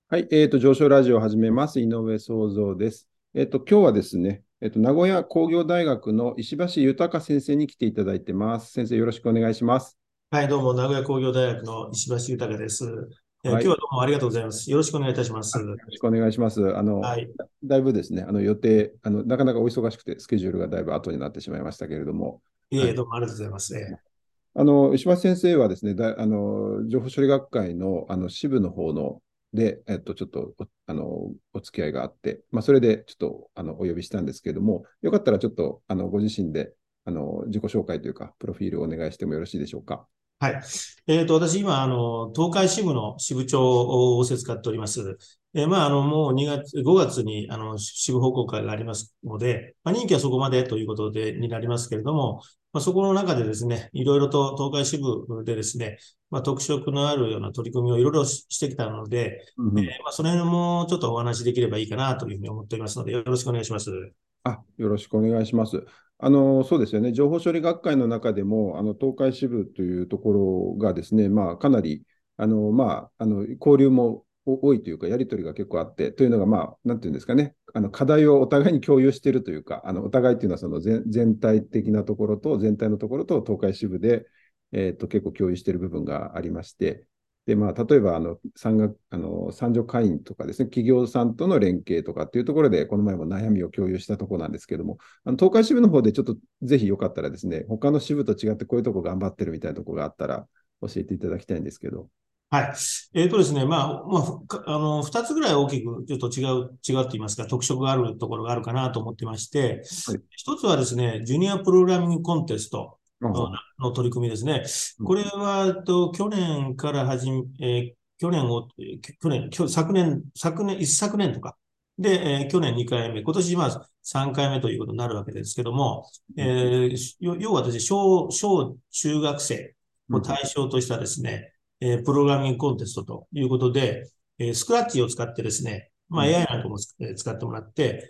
はい、上昇ラジオを始めます。井上創造です。今日はですね、名古屋工業大学の石橋豊先生に来ていただいてます。先生、よろしくお願いします。 はい、どうも、名古屋工業大学の石橋豊です。今はい、 日はどうもありがとうございます。よろしくお願いいたします。 よろしくお願いします。 はい。 だいぶですね、予定、なかなかお忙しくて、スケジュールがだいぶ後になってしまいましたけれども、 いえいえ、 はい。 どうもありがとうございます。 石橋先生はですね、情報処理学会の、支部の方ので、ちょっとお付き合いがあって、まあ、それでちょっとお呼びしたんですけれども、よかったらちょっとご自身で自己紹介というか、プロフィールをお願いしてもよろしいでしょうか。 はい。私、今、東海支部の支部長を仰せつかっております。もう2月、5月に、支部報告会がありますので、任期はそこまでということで、になりますけれども、そこの中でですね、いろいろと東海支部でですね、特色のあるような取り組みをいろいろしてきたので、 うんうん。 その辺もちょっとお話しできればいいかなというふうに思っておりますので、よろしくお願いします。 よろしくお願いします。そうですよね、情報処理学会の中でも、東海支部というところがですね、まあ、かなり、交流も多いというか、やり取りが結構あって、というのが、まあ、なんていうんですかね、課題をお互いに共有しているというか、お互いっていうのは、その全体的なところと、全体のところと、東海支部で、結構共有している部分がありまして、で、まあ、例えば、産女会員とかですね、企業さんとの連携とかっていうところで、この前も悩みを共有したところなんですけども、東海支部の方でちょっとぜひよかったらですね、他の支部と違ってこういうとこ頑張ってるみたいなところがあったら教えていただきたいんですけど。 はい。ですね、二つぐらい大きくちょっと違うと言いますか、特色があるところがあるかなと思ってまして、 はい。 一つはですね、ジュニアプログラミングコンテストああ、 の取り組みですね。 うん、 これは、去年から始め、去年を、去年、一昨年とか。で、去年2回目、今年3回目ということになるわけですけども、 うん、 要はですね、小中学生うん、 を対象としたですね、プログラミングコンテストということで、スクラッチを使ってですね、 うん、 AI なんかも使ってもらって、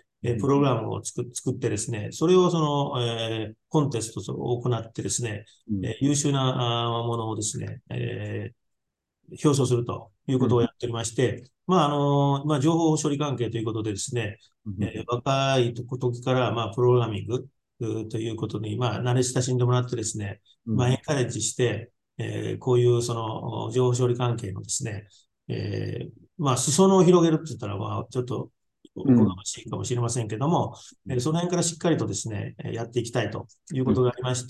うん、 プログラムを作ってですね、それをコンテストを行ってですね、 うん、 優秀なものをですね、表彰するといううん、 ことをやっておりまして、情報処理関係ということでですね、 うん、 若い時から、プログラミングということに、慣れ親しんでもらってですね、 うん、 エンカレッジして、こういうその情報処理関係のですね、裾野を広げるって言ったら、ちょっとおこがましいかもしれませんけども、その辺からしっかりとですね、やっていきたいということがありまして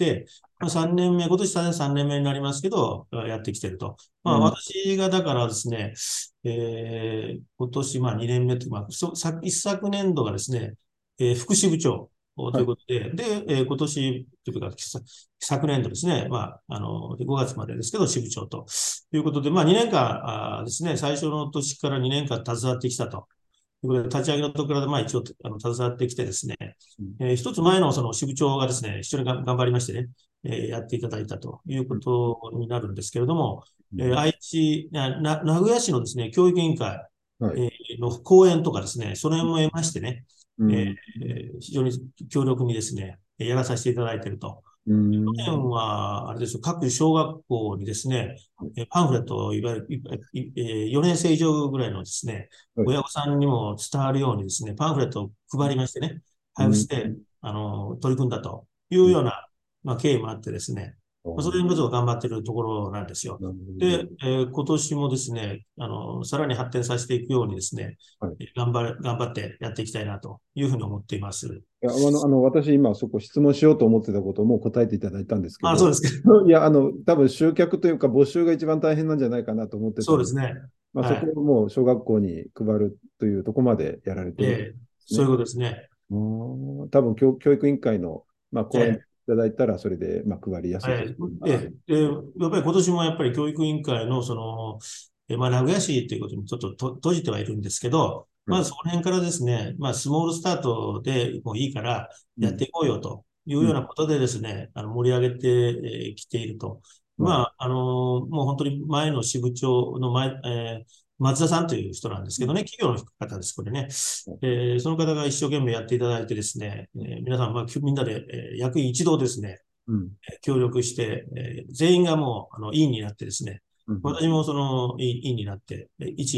、3年目、今年3年目になりますけど、やってきていると。私がだからですね、今年2年目というか、一昨年度がですね、副支部長とはい。 いうことで、今年というか、昨年度ですね、5月までですけど、支部長ということで、2年間ですね、最初の年から2年間携わってきたと。ということで、立ち上げのところで、一応、携わってきてですね、 うん、 一つ前のその支部長がですね、一緒に頑張りましてね、やっていただいたというこうん、 とになるんですけれども、 うん、 愛知、名古屋市のですね、教育委員会はい。 の講演とかですね、その辺も得ましてね、えうん、 非常に強力にですね、やらさせていただいていると。 う去年ん、 は、あれですよ、各小学校にですね、 はい。 パンフレットをいわゆる、4年生以上ぐらいのですね、 はい。 親御さんにも伝わるようにですね、パンフレットを配りましてね、 うん、 配布して、取り組んだといううん、 ような、経緯もあってですね、 あそれにこー、 そ頑張っているところなんですよ。 なるほで、今年もですね、さらに発展させていくようにですね、 ど。はい。 頑張ってやっていきたいなというふうに思っています。 いや、私、今、そこ質問しようと思ってたことも答えていただいたんですけそうど、 ですけど。 いや、多分集客というか、募集が一番大変なんじゃないかなと思ってたんで、 そうですね。 まあ、そはい。 こをもう小学校に配るというところまでやられてるということですね。 そういうことですね。 多分教育委員会の、まあ、講演いええただいたら、それで、まあ、配りやすいというのがある。 やっぱり今年もやっぱり教育委員会の名古屋市ということにちょっと閉じてはいるんですけど、 はい。 その辺からですね、スモールスタートでもういいからうん。 やっていこうよといううん。 ようなことでですね、盛り上げてきていると。 なるもう本当に前の支部長の松田さんという人なんですけどね、企業の方です、これね。 ほその方が一生懸命やっていただいてですね、皆さん、みんなで、役員一同ですね、 うん。 協力して、全員がもう、委員になってですね、 うん。 私もその委員になって、一員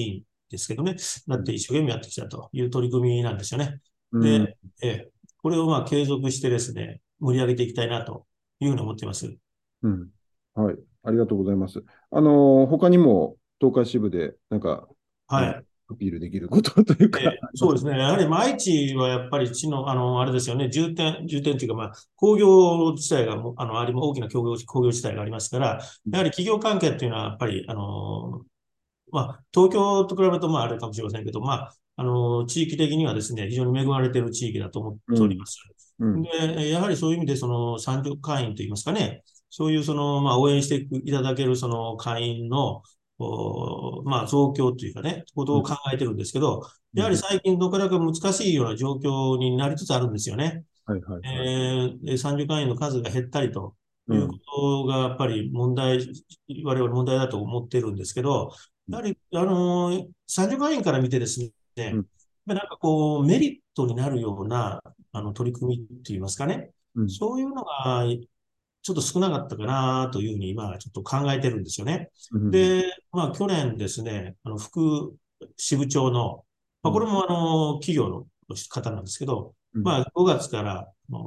ですけどね、 うん。 なって一生懸命やってきたという取り組みなんですよね。 うん。 で、これをまあ継続してですね、盛り上げていきたいなというふうに思っています。 うん。はい。ありがとうございます。他にも東海支部で、なんか、あの、 はい。 アピールできることというか、ありますか？ そうですね。やはり、まあ愛知はやっぱり地の、あれですよね、重点というか、まあ、工業地帯がも、大きな工業地帯がありますから、 うん。 やはり企業関係っていうのは、やっぱり、まあ、東京と比べると、まあ、あれかもしれませんけど、まあ、地域的にはですね、非常に恵まれている地域だと思っうん。 ております。 うん。 で、やはりそういう意味で、その、参助会員といいますかね、そういう、その、まあ、応援していただける、その、会員の、まあ、増強というかね、ことうん。 を考えてるんですけど、 うん。 やはり最近、なかなか難しいような状況になりつつあるんですよね。 はいはいはい。 参助会員の数が減ったりというこうん。 とが、やっぱり我々問題だと思ってるんですけど、 うん。 やはり、参助会員から見てですね、 うん。 なんかこう、メリットになるような、取り組みって言いますかね、 うん。 そういうのが、ちょっと少なかったかなというふうに今、ちょっと考えてるんですよね。 うん。 で、まあ、去年ですね、副支部長の、まあ、これうん。 も企業の方なんですけど、 うん。 まあ、5月から、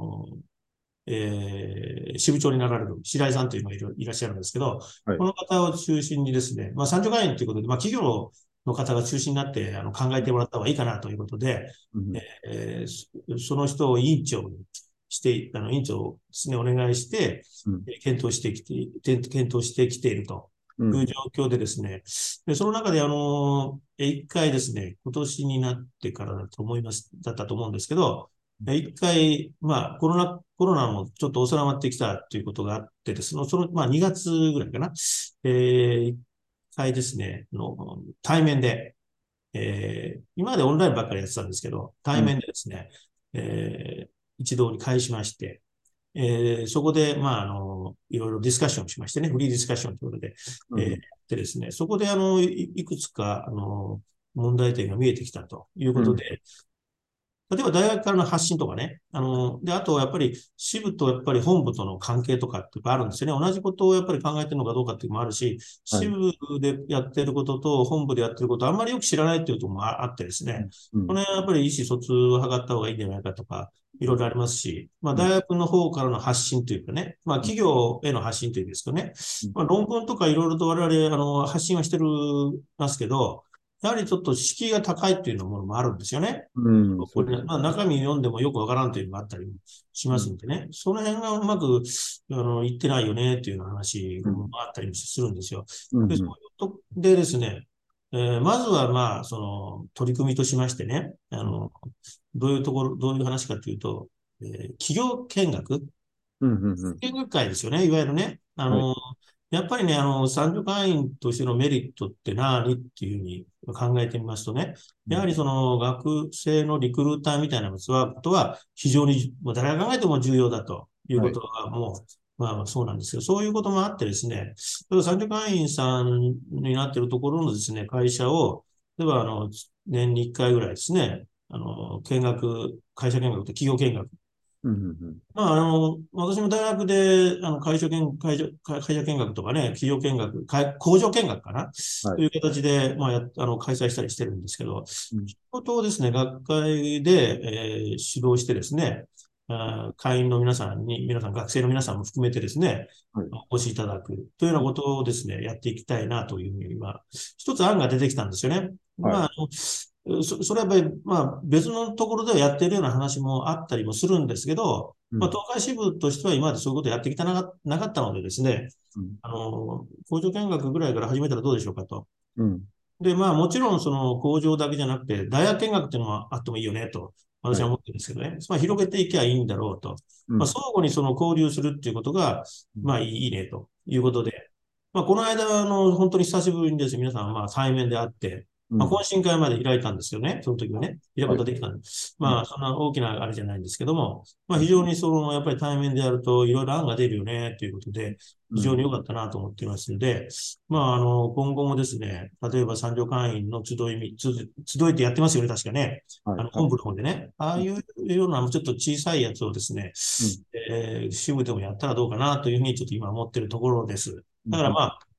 支部長になられる白井さんというのがいらっしゃるんですけど、 はい。 この方を中心にですね、まあ、参助会員ということで、まあ、企業の方が中心になって考えてもらった方がいいかなということで、 うん。 その人を委員長にして、委員長をですね、お願いして、 うん。 検討してきているとうん。 いう状況でですね、でその中で、一回ですね、今年になってからだったと思うんですけど、一回、まあ、コロナもちょっと収まってきたということがあってですね、まあ、2月ぐらいかな、一回ですね、対面で、今までオンラインばっかりやってたんですけど、対うん。 面でですね、一堂に会しまして、そこで、まあ、いろいろディスカッションしましてね、フリーディスカッションということで、でですね、そこで、いくつか、問題点が見えてきたといううん。 ことで、例えば大学からの発信とかね、で、あとやっぱり支部とやっぱり本部との関係とかってあるんですよね。同じことをやっぱり考えてるのかどうかっていうのもあるし、 はい。 支部でやってることと本部でやってることあんまりよく知らないっていうところもあってですね、 うん。うん。 これはやっぱり意思疎通を図った方がいいんじゃないかとか、いろいろありますし、まあ大学の方からの発信というかね、まあ企業への発信というんですかね、 うん。 まあ論文とかいろいろと我々発信はしてるますけど、やはりちょっと敷居が高いっていうものもあるんですよね。 うん。そうですね。 まあ、中身読んでもよくわからんというのがあったりもしうん。 ますんでね、その辺がうまく言ってないよねっていうような話もうん。 あったりもするんですよ。で、そうん。 ういうとでですね、まずはまあ、その取り組みとしましてね、どういう話かというと、企業見学うん。うん。うん。 見学会ですよね、いわゆるね。 はい。 やっぱりね、参助会員としてのメリットって何っていうふうに考えてみますとね、 うん。 やはりその学生のリクルーターみたいなことは非常に、もう誰が考えても重要だというはい。 ことはもう、まあそうなんですけど、そういうこともあってですね、例えば参助会員さんになっているところのですね、会社を、例えば年に1回ぐらいですね、会社見学と企業見学うん。うん。 まあ、私も大学で、会社見学とかね、企業見学、工場見学かなはい。 という形で、まあ、開催したりしてるんですけど、 うん。 仕事をですね、学会で、指導してですね、会員の皆さん、学生の皆さんも含めてですね、 はい。 お越しいただくというようなことをですね、やっていきたいなというふうに、今、一つ案が出てきたんですよね。 はい。 まあ、それはやっぱり、まあ、別のところではやっているような話もあったりもするんですけど、まあ、 うん。 東海支部としては今までそういうことをやってきてなかったのでですね、 うん。 工場見学ぐらいから始めたらどうでしょうかと。 うん。 で、まあもちろんその工場だけじゃなくて、大学見学っていうのもあってもいいよねと、私はい。 は思ってるんですけどね。まあ広げていけばいいんだろうと。まあうん。 相互にその交流するっていうことが、 うん。 まあいいねということで。まあこの間本当に久しぶりにですね、皆さんまあ対面で会って、まあ懇親会まで開いたんですよね。その時はね。開くこはい。 とができたんです。 うん。 まあそんな大きなあれじゃないんですけども、まあうん。 非常にやっぱり対面でやるといろいろ案が出るよねということで、非常にうん。 良かったなと思っていますので、まあ、今後もですね、例えば参助会員の集いってやってますよね、確かね。 はい。はい。 本部の方でね。ああいうような、ちょっと小さいやつをですね、 うん。 支部でもやったらどうかなというふうにちょっと今思っているところです。 うん。 だからまあ、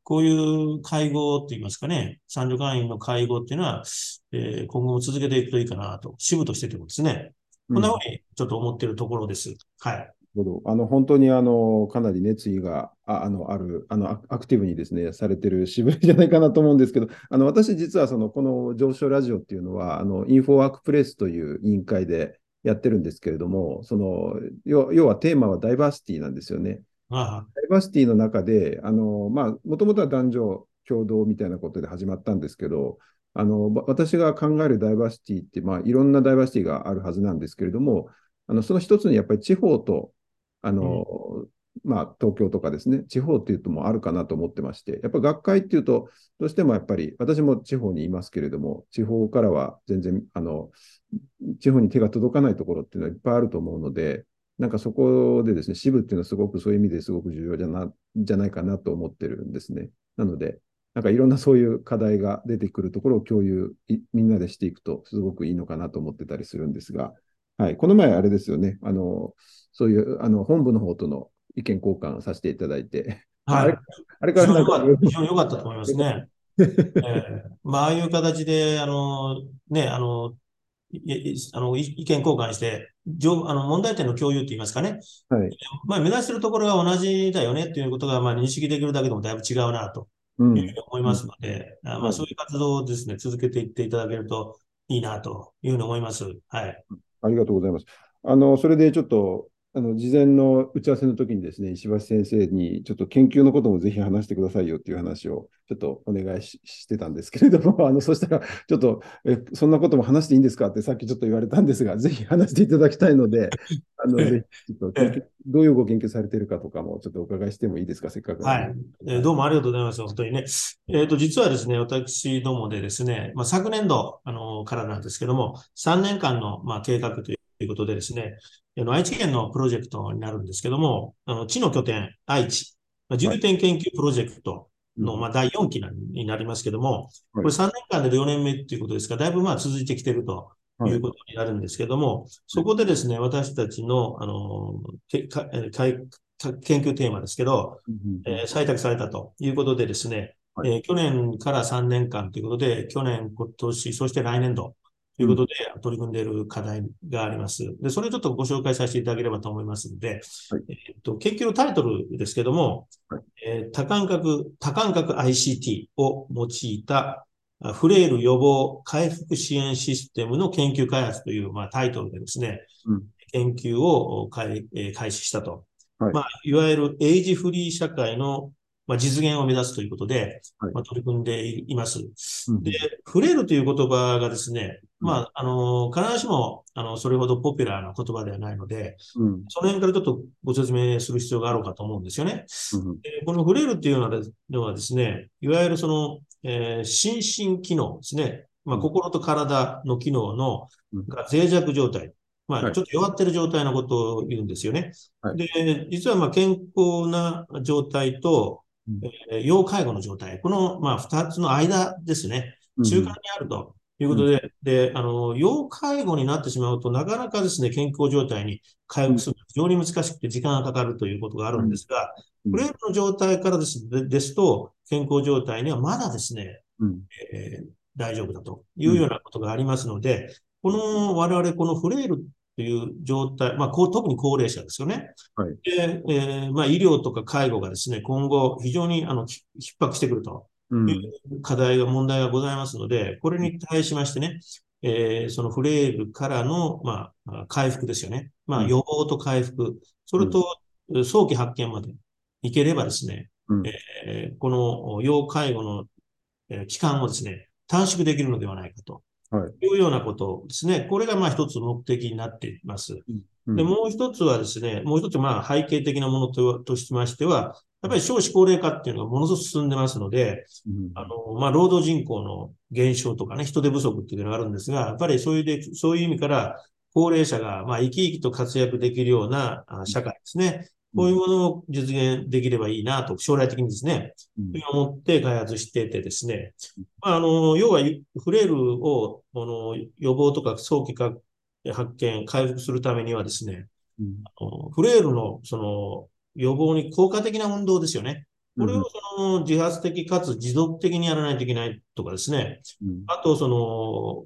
こういう会合って言いますかね、賛助会員の会合っていうのは、今後も続けていくといいかなと、支部としてということですね。こんなふううん。 にちょっと思っているところです。はい。 ほど。本当にかなり熱意がある、アクティブにですね、されてる支部じゃないかなと思うんですけど、私実はこの上昇ラジオっていうのは、インフォワークプレイスという委員会でやってるんですけれども、要はテーマはダイバーシティなんですよね。 あダイバーシティの中で、まあ、もともとは男女共同みたいなことで始まったんですけど、私が考えるダイバーシティって、まあ、いろんなダイバーシティがあるはずなんですけれども、その一つにやっぱり地方と、あうん、 の、まあ、東京とかですね、地方っていうともあるかなと思ってまして、やっぱ学会っていうと、どうしてもやっぱり、私も地方にいますけれども、地方からは全然、地方に手が届かないところっていうのはいっぱいあると思うので、なんかそこでですね、支部っていうのはすごくそういう意味ですごく重要じゃないかなと思ってるんですね。なので、なんかいろんなそういう課題が出てくるところをみんなでしていくとすごくいいのかなと思ってたりするんですが、はい、この前あれですよね、そういう本部の方との意見交換させていただいて、まあ、 はい。 あれからなんかいろいろ、 非常に良かったと思いますね。まあ、ああいう形で、ね、意見交換して、問題点の共有って言いますかね。 はい、 まあ、目指しているところが同じだよねっていうことが、まあ、認識できるだけでもだいぶ違うなというふううん、 に思いまうん、 すので、まあ、 はい、 そういう活動をですね、続けていっていただけるといいなというふうに思います。はい。 ありがとうございます。それでちょっと、事前の打ち合わせの時にですね、石橋先生に、ちょっと研究のこともぜひ話してくださいよっていう話を、ちょっとお願いしてたんですけれども、そしたら、ちょっと、そんなことも話していいんですかってさっきちょっと言われたんですが、ぜひ話していただきたいので、ぜひ、ちょっとどういうご研究されているかとかも、ちょっとお伺いしてもいいですか、せっかくなので。 はい。 はい。 どうもありがとうございます。本当にね。実はですね、私どもでですね、まあ、昨年度、からなんですけども、3年間の、まあ、計画ということでですね、愛知県のプロジェクトになるんですけども、地の拠点、愛知、まあ重はい。 点研究プロジェクトの、 うん。 まあ、第4期になりますけども、 はい。 これ3年間で4年目ということですから、だいぶまあ続いてきているとはい。 いうことになるんですけども、そはい。 こでですね、私たちの、けかか研究テーマですけど、 うん。うん。 採択されたということでですね、 はい。 去年から3年間ということで、去年、今年、そして来年度というん。 うことで取り組んでいる課題があります。で、それをちょっとご紹介させていただければと思いますので、 はい。 研究のタイトルですけども、 はい。 多感覚 ICT を用いたフレイル予防回復支援システムの研究開発という、まあ、タイトルでですね、 うん。 研究を開始したと。 はい。 まあ、いわゆるエイジフリー社会の、まあ、実現を目指すということで、 はい。 まあ、取り組んでいます。で、 うん。 フレイルという言葉がですね、 うん。 まあ、必ずしも、それほどポピュラーな言葉ではないので、 うん。 その辺からちょっとご説明する必要があろうかと思うんですよね。 うん。 でこのフレイルっていうのはですね、いわゆるその、心身機能ですね、まあ、 うん。 心と体の機能のうん。 が脆弱状態、まあ、 はい。 ちょっと弱ってる状態のことを言うんですよね。 はい。 で、実はまあ健康な状態と、 うん。 要介護の状態、このまあ2つの間ですね、 うん。 中間にあるというこうん。 とで、要介護になってしまうとなかなかですね、健康状態に回うん。 復するのが非常に難しくて時間がかかるということがあるんですが、 うん。 フレイルの状態からですと、健康状態にはまだですね、 うん。 大丈夫だというん。 うようなことがありますので、我々このフレイルという状態、まあ、特に高齢者ですよね。 はい。 で、まあ、医療とか介護がですね、今後非常に逼迫してくるというん。 う問題がございますので、これに対しましてね、そのフレイルからの、まあ、回復ですよね。まあ、 うん。 予防と回復、そうん。 れと早期発見までいければですね、 うん。 この要介護の期間をですね、短縮できるのではないかとはい。 いうようなことですね。これがまあ一つ目的になっています。 うん。うで、 ん。 もう一つはですね、もう一つまあ背景的なものとしましては、やっぱり少子高齢化っていうのがものすごく進んでますので、 うん。 まあ、労働人口の減少とかね、人手不足っていうのがあるんですが、やっぱりそういう意味から、高齢者が、まあ、生き生きと活躍できるような社会ですね。こういうものを実現できればいいなと、将来的にですね、 うん。 思って開発しててですね、まあ、要はフレイルを予防とか早期化発見、回復するためにはですね、 うん。 フレイルのその予防に効果的な運動ですよね。 これをうん、 その自発的かつ持続的にやらないといけないとかですね。 うん、 あと、その、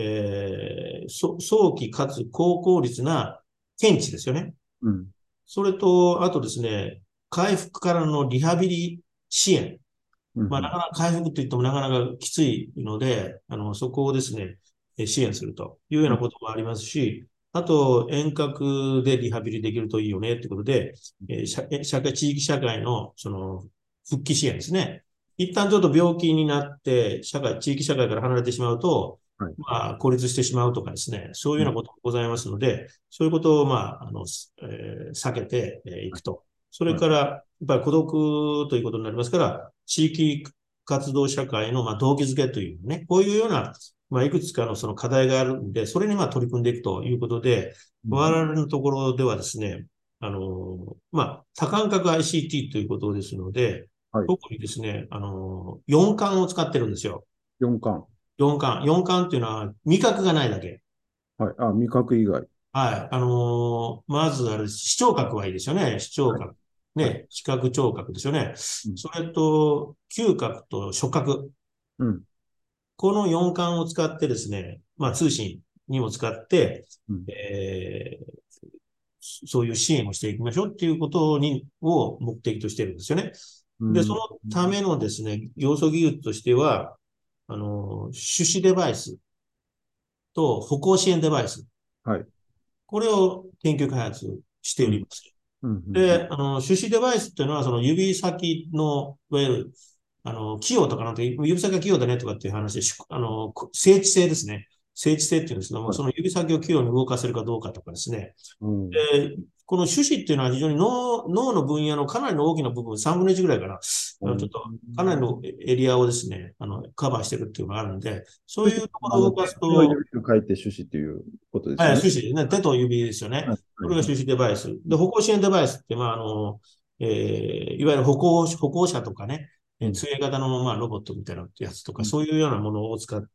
早期かつ高効率な検知ですよね。 うん、 それと、あとですね、回復からのリハビリ支援。まあ、なうん、 かなか回復といってもなかなかきついので、そこをですね、支援するというよううん、 なこともありますし、あと、遠隔でリハビリできるといいよねということで、地域社会のその復帰支援ですね。一旦ちょっと病気になって、地域社会から離れてしまうと、 はい。 まあ、孤立してしまうとかですね、そういううん、 ようなこともございますので、そういうことを、まあ、避けていくと。それはい。 から、やっぱり孤独ということになりますから、地域活動社会の、まあ、動機づけというね、こういうような、まあ、いくつかのその課題があるんで、それにまあ取り組んでいくということで、 うん、 我々のところではですね、まあ、多感覚 ICT ということですので、 はい。 特にですね、4感を使ってるんですよ。 4巻。 4感。4感っていうのは味覚がないだけ。 はい。あ、味覚以外。 はい。まずあれ、視聴覚はいいですよね。視聴はい。 覚。 はい。 ね、視覚聴覚ですよね。 うん、 それと、嗅覚と触覚。 うん、 この4感を使ってですね、まあ通信にも使って、 うん、 えーそういう支援をしていきましょうっていうことを目的としてるんですよね。で、そうん、 のためのですね、要素技術としては、手指デバイスと歩行支援デバイス。 はい。 これを研究開発してうん、 おります。 うん、うん、うん。 で、手指デバイスっていうのは、その指先の、いわゆる、器用とかなんて、指先が器用だねとかっていう話で、精地性ですね。精地性っていうんですけども、 はい。 その指先を器用に動かせるかどうかとかですね。 うん、 で、この種子っていうのは非常に脳の分野のかなりの大きな部分、3分の1ぐらいかな。ちうん。 ょっとかなりのエリアをですね、カバーしてるっていうのがあるんで、そういう趣旨、 ところを動かすと、 手の指と書いて趣旨っていうことですよね。 種子ね、手と指ですよね。 はい、はい、はい。 これが種子デバイス。で、歩行支援デバイスって、まあ、いわゆる歩行者とかね、 うん、 通営型の、まあ、ロボットみたいなやつとか、 うん、 そういうようなものを使って、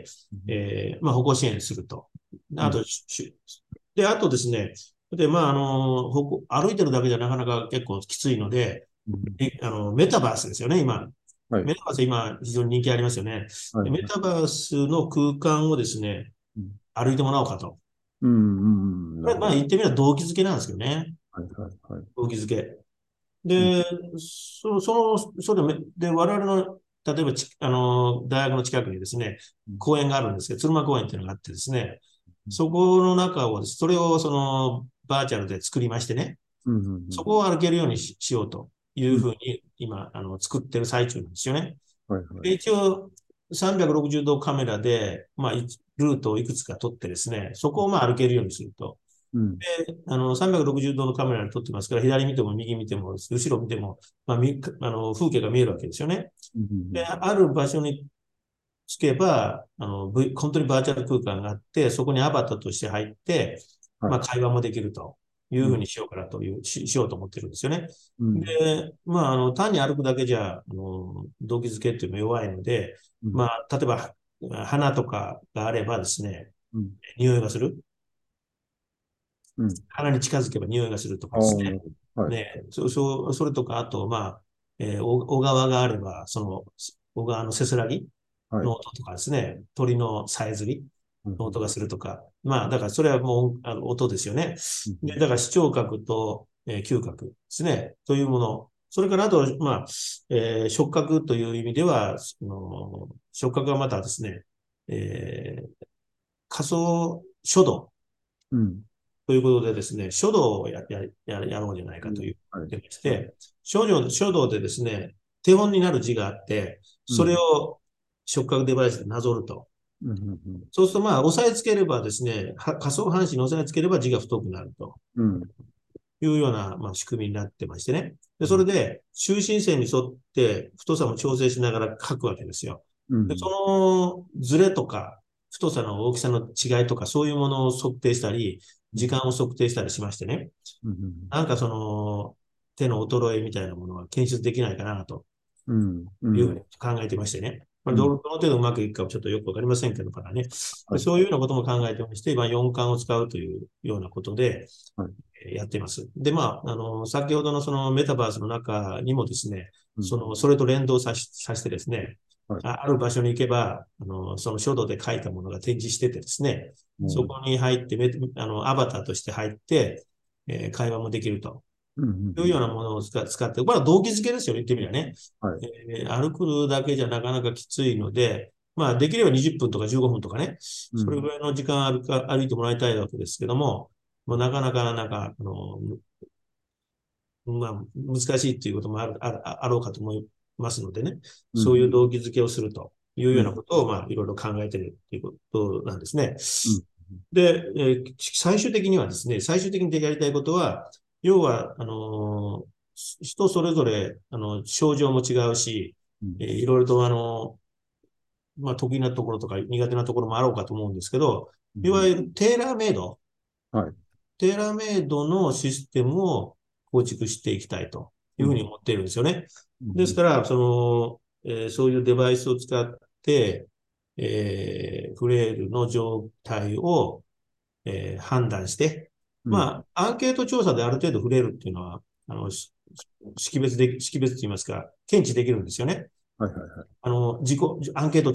うん、 まあ、歩行支援すると。 うん、 あと、で、あとですね、で、まあ、歩いてるだけじゃなかなか結構きついので、 うん。 メタバースですよね、今。 はい、 メタバース今非常に人気ありますよね。 はい、 でメはい。 タバースの空間をですね、 うん、 歩いてもらおうかと。 うん、うん、なこれ、 るほど。 まあ言ってみれば動機づけなんですけどね。 はい、はい、はい。 動機づけ。 うん、 で、で、我々の、例えば大学の近くにですね、 うん、 公園があるんですけど、鶴間公園っていうのがあってですね、そこの中をそれをバーチャルで作りましてね、 うん、うん、 そこを歩けるようにしようというん。 うふうに今、作ってる最中なんですよね。 はい、はい。 で一応、360度カメラで、まあ、ルートをいくつか撮ってですね、そこをまあ歩けるようにすると。 うん、 360度のカメラで撮ってますから、左見ても右見ても、後ろ見ても、まあ、風景が見えるわけですよね。 うん、うで、 ん。 ある場所に着けば、本当にバーチャル空間があって、そこにアバターとして入って、まあ、 はい。 会話もできるといううん、 ふうにしようかなとしようと思ってるんですよね。 うん、 で、まあ、単に歩くだけじゃ、動機づけっていうのも弱いので、 うん、 まあ、例えば、花とかがあればですね、 うん、 匂いがする。 うん。 鼻に近づけば匂いがするとかああ、 ですね。 なるほど。はい。 それとか、あと、まあ、小川があれば、小川のせせらぎはい。 の音とかですね、鳥のさえずりうん、うん、 の音がするとか、まあ、だからそれはもう音ですよね。で、 うん、 だから視聴覚と、嗅覚ですね、というもの。それからあと、まあ、触覚という意味では、触覚はまたですね、仮想書道うん、 ということでですね、書道をやろうじゃないうん。 かと言っはい。 てましはい。 て、書道でですね、手本になる字があって、それうん、 を触覚デバイスでなぞると。 うん、うん、 そうすると、まあ、押さえつければですね、仮想半紙に押さえつければ字が太くなるとうん、 いうような、まあ、仕組みになってましてね。で、 うん、 それで、中心線に沿って太さも調整しながら書くわけですよ。で、そうん、 のズレとか、太さの大きさの違いとか、そういうものを測定したり、時間を測定したりしましてね。 うん、 なんか手の衰えみたいなものは検出できないかなとうん、うん、 いうふうに考えてましてね。 まあ、 うん。 どの程度うまくいくかはちょっとよくわかりませんけどからね。で、 はい。 そういうようなことも考えてまして、まあ、4巻を使うというようなことで、 はい。 やっています。で、まあ、先ほどのそのメタバースの中にもですね、 うん。 それと連動させてですね、 はい。 ある場所に行けば、その書道で書いたものが展示しててですね、そうん。 こに入ってアバターとして入って、会話もできるとうん。うん。 いうようなものを使って、これは動機づけですよね、言ってみればね。 はい。 歩くだけじゃなかなかきついので、まあ、できれば20分とか15分とかね、 うん。 それぐらいの時間歩いてもらいたいわけですけども、もうなかなか、まあ、難しいということもあろうかと思いますのでね、 うん。 そういう動機づけをするといううん。 ようなことを、まあ、いろいろ考えているということなんですね。 うん。 で、最終的にはですね、最終的にやりたいことは、要は、人それぞれ、症状も違うし、 うん。 いろいろと、まあ、得意なところとか苦手なところもあろうかと思うんですけど、いわうん。 ゆるはい。 テーラーメイドのシステムを構築していきたいというふううん。 に思っているんですよね。 うん。 ですから、そういうデバイスを使って、フレイルの状態を、判断して、 うん。 まあ、アンケート調査である程度フレイルっていうのは、識別と言いますか、検知できるんですよね。 はい。はい。はい。 アンケート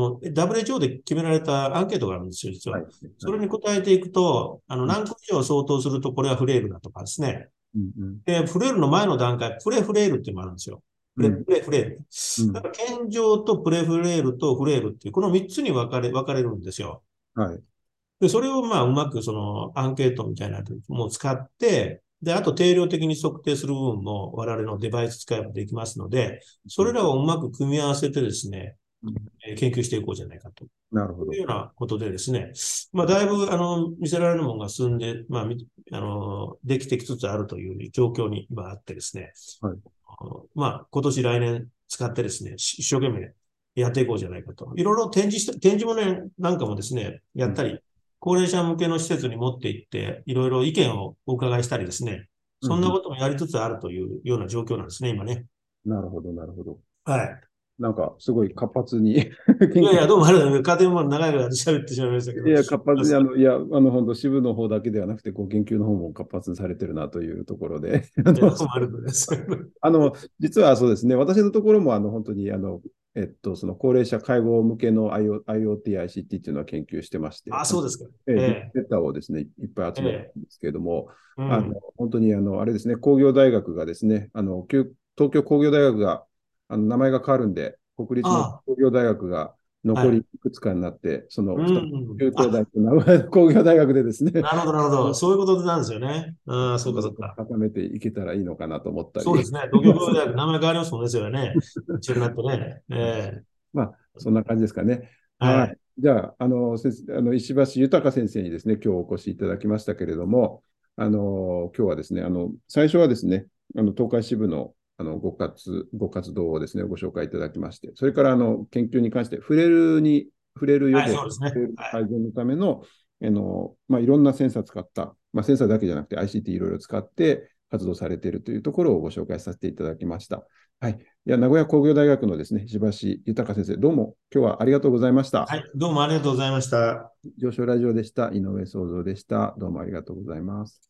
WHO で決められたアンケートがあるんですよ、実は。 はい。はい。 それに答えていくと、 うん。 何個以上相当するとこれはフレイルだとかですね。 うん。うん。 で、フレイルの前の段階、プレフレイルっていうのがあるんですよ。 うん。 フレイル。 うん。 だから、健常とプレフレイルとフレイルっていう、この3つに分かれるんですよ。 はい。 で、それをまあ、うまくそのアンケートみたいなものを使って、で、あと定量的に測定する部分も我々のデバイス使えばできますので、それうん。 らをうまく組み合わせてですね、 うん。 研究していこうじゃないかと。 なるほど。 いうようなことでですね、まあ、だいぶ、見せられるものが進んで、まあ、できてきつつあるという状況に今あってですね、 はい。 まあ、今年来年使ってですね、一生懸命やっていこうじゃないかと。いろいろ展示物なんかもですね、やうん。 ったり、高齢者向けの施設に持って行って、いろいろ意見をお伺いしたりですね、 うん。 そんなこともやりつつあるというような状況なんですね、今ね。 なるほど。なるほど。 はい。 なんか、すごい活発に研究。 いやいや、どうもありがとうございます。家庭も長いから喋ってしまいましたけど。 いや、活発に、本当支部の方だけではなくて、こう、研究の方も活発にされてるなというところで、 どうもありがとうございます。 あの、実はそうですね、私のところも、本当に、その高齢者介護向けの IoT、ICT っていうのは研究してまして、 あ、そうですか。 ビッグデータをですね、いっぱい集めてえるんですけれども、 うん。 本当に、あれですね、工業大学がですね、東京工業大学が、名前が変わるんで、国立のあ工業大学がはい。 残りいくつかになって、そのう 2つ、 ん。 中東大と名古屋工業大学でですね、 なるほど、なるほど。そういうことなんですよね。ああ、そうか、そうか。 固めていけたらいいのかなと思ったり。 そうですね。東京工業大学、名前変わりますもんですよね。一緒になってね。 まあ、そんな感じですかね。はい。 はい。 じゃあ、石橋豊先生にですね、今日お越しいただきましたけれども、今日はですね、最初はですね、東海支部の、ご活動をですね、ご紹介いただきまして、それから、研究に関して、触れる予はい、 防、 そうですね。 フレイルはい。 改善のための、まあ、いろんなセンサー使った、まあ、センサーだけじゃなくて ICT いろいろ使って活動されているというところをご紹介させていただきました。はい。名古屋工業大学のですね、石橋豊先生、どうも今日はありがとうございました。 はい。どうもありがとうございました。 上昇ラジオでした。井上創造でした。どうもありがとうございます。